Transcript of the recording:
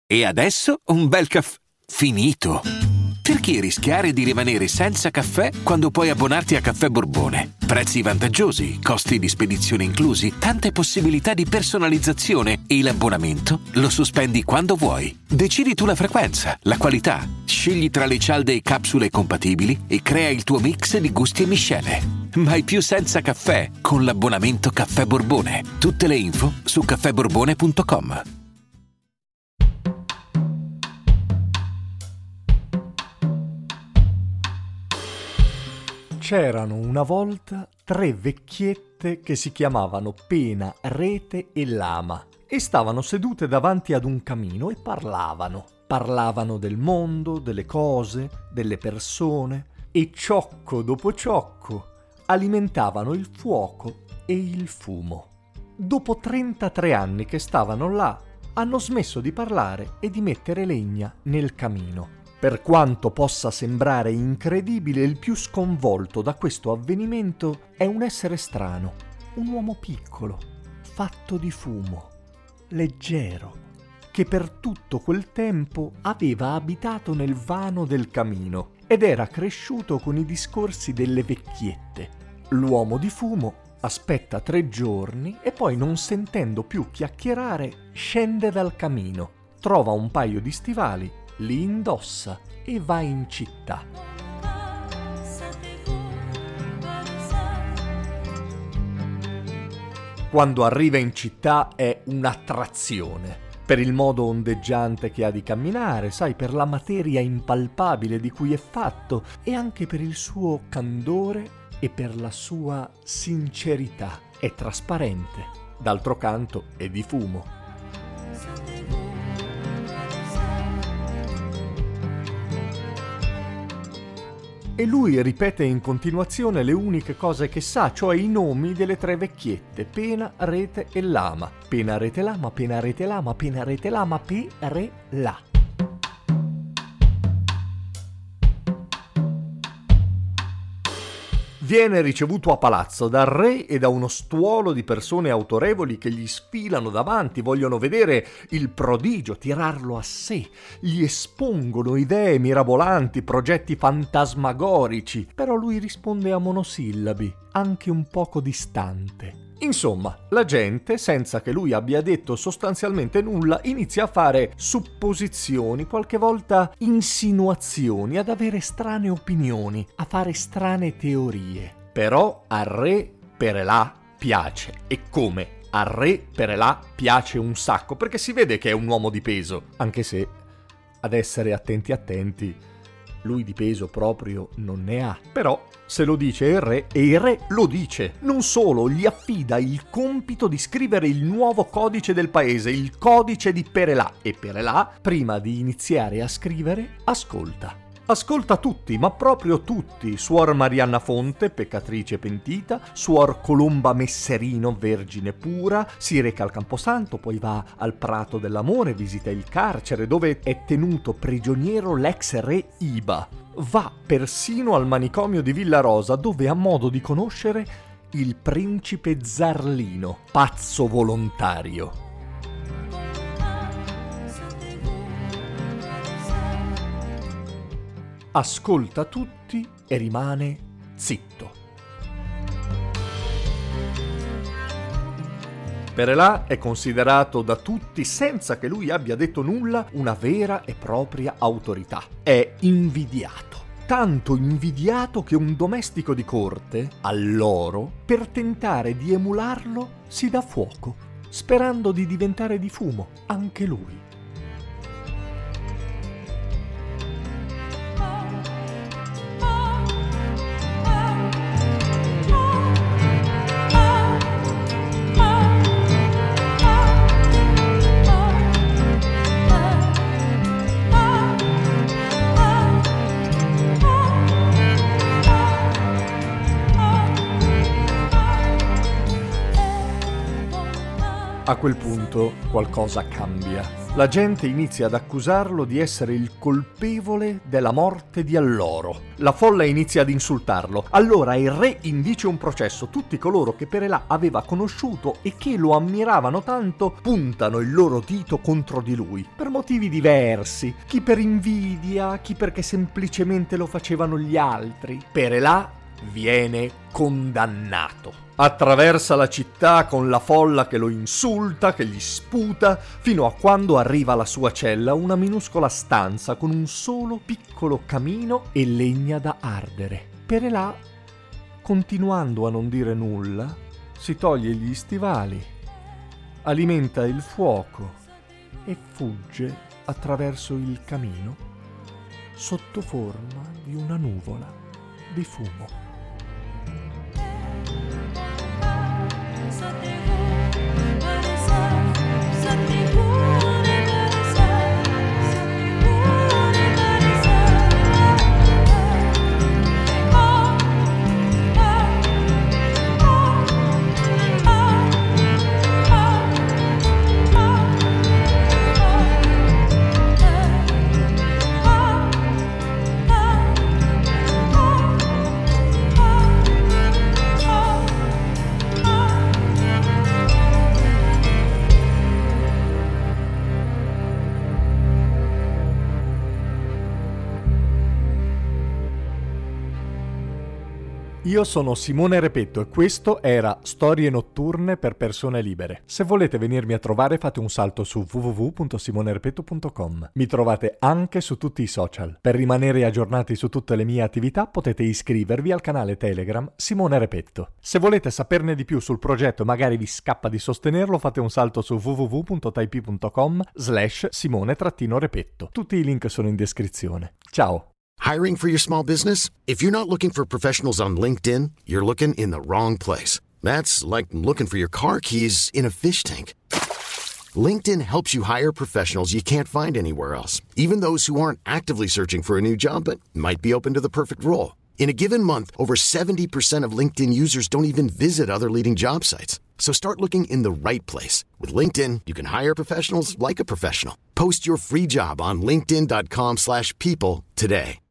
E adesso un bel caffè finito. Perché rischiare di rimanere senza caffè quando puoi abbonarti a Caffè Borbone? Prezzi vantaggiosi, costi di spedizione inclusi, tante possibilità di personalizzazione e l'abbonamento lo sospendi quando vuoi. Decidi tu la frequenza, la qualità, scegli tra le cialde e capsule compatibili e crea il tuo mix di gusti e miscele. Mai più senza caffè con l'abbonamento Caffè Borbone. Tutte le info su caffèborbone.com. C'erano una volta 3 vecchiette che si chiamavano Pena, Rete e Lama e stavano sedute davanti ad un camino e parlavano. Parlavano del mondo, delle cose, delle persone e ciocco dopo ciocco alimentavano il fuoco e il fumo. Dopo 33 anni che stavano là, hanno smesso di parlare e di mettere legna nel camino. Per quanto possa sembrare incredibile, il più sconvolto da questo avvenimento è un essere strano, un uomo piccolo, fatto di fumo, leggero, che per tutto quel tempo aveva abitato nel vano del camino ed era cresciuto con i discorsi delle vecchiette. L'uomo di fumo aspetta 3 giorni e poi, non sentendo più chiacchierare, scende dal camino, trova un paio di stivali, li indossa e va in città. Quando arriva in città è un'attrazione, per il modo ondeggiante che ha di camminare, sai, per la materia impalpabile di cui è fatto e anche per il suo candore e per la sua sincerità. È trasparente, d'altro canto è di fumo. E lui ripete in continuazione le uniche cose che sa, cioè i nomi delle 3 vecchiette, Pena, Rete e Lama. Pena, Rete, Lama, Pena, Rete, Lama, Pena, Rete, Lama, Re, La. Viene ricevuto a palazzo dal re e da uno stuolo di persone autorevoli che gli sfilano davanti, vogliono vedere il prodigio, tirarlo a sé, gli espongono idee mirabolanti, progetti fantasmagorici, però lui risponde a monosillabi, anche un poco distante. Insomma, la gente, senza che lui abbia detto sostanzialmente nulla, inizia a fare supposizioni, qualche volta insinuazioni, ad avere strane opinioni, a fare strane teorie. Però al re Perelà piace. E come? Al re Perelà piace un sacco, perché si vede che è un uomo di peso, anche se, ad essere attenti, lui di peso proprio non ne ha. Però se lo dice il re, e il re lo dice, non solo, gli affida il compito di scrivere il nuovo codice del paese, il codice di Perelà. E Perelà, prima di iniziare a scrivere, ascolta. Ascolta tutti, ma proprio tutti. Suor Marianna Fonte, peccatrice pentita, Suor Colomba Messerino, vergine pura, si reca al Camposanto, poi va al Prato dell'Amore, visita il carcere dove è tenuto prigioniero l'ex re Iba. Va persino al manicomio di Villa Rosa, dove ha modo di conoscere il principe Zarlino, pazzo volontario. Ascolta tutti e rimane zitto. Perelà è considerato da tutti, senza che lui abbia detto nulla, una vera e propria autorità. È invidiato. Tanto invidiato che un domestico di corte, alloro, per tentare di emularlo, si dà fuoco, sperando di diventare di fumo anche lui. A quel punto qualcosa cambia. La gente inizia ad accusarlo di essere il colpevole della morte di Alloro. La folla inizia ad insultarlo. Allora il re indice un processo. Tutti coloro che Perelà aveva conosciuto e che lo ammiravano tanto puntano il loro dito contro di lui, per motivi diversi. Chi per invidia, chi perché semplicemente lo facevano gli altri. Perelà viene condannato. Attraversa la città con la folla che lo insulta, che gli sputa, fino a quando arriva alla sua cella, una minuscola stanza con un solo piccolo camino e legna da ardere. Perelà, continuando a non dire nulla, si toglie gli stivali, alimenta il fuoco e fugge attraverso il camino sotto forma di una nuvola di fumo. Io sono Simone Repetto e questo era Storie notturne per persone libere. Se volete venirmi a trovare fate un salto su www.simonerepetto.com. Mi trovate anche su tutti i social. Per rimanere aggiornati su tutte le mie attività potete iscrivervi al canale Telegram Simone Repetto. Se volete saperne di più sul progetto e magari vi scappa di sostenerlo fate un salto su www.type.com/Simone-Repetto. Tutti i link sono in descrizione. Ciao! Hiring for your small business? If you're not looking for professionals on LinkedIn, you're looking in the wrong place. That's like looking for your car keys in a fish tank. LinkedIn helps you hire professionals you can't find anywhere else, even those who aren't actively searching for a new job but might be open to the perfect role. In a given month, over 70% of LinkedIn users don't even visit other leading job sites. So start looking in the right place. With LinkedIn, you can hire professionals like a professional. Post your free job on linkedin.com/people today.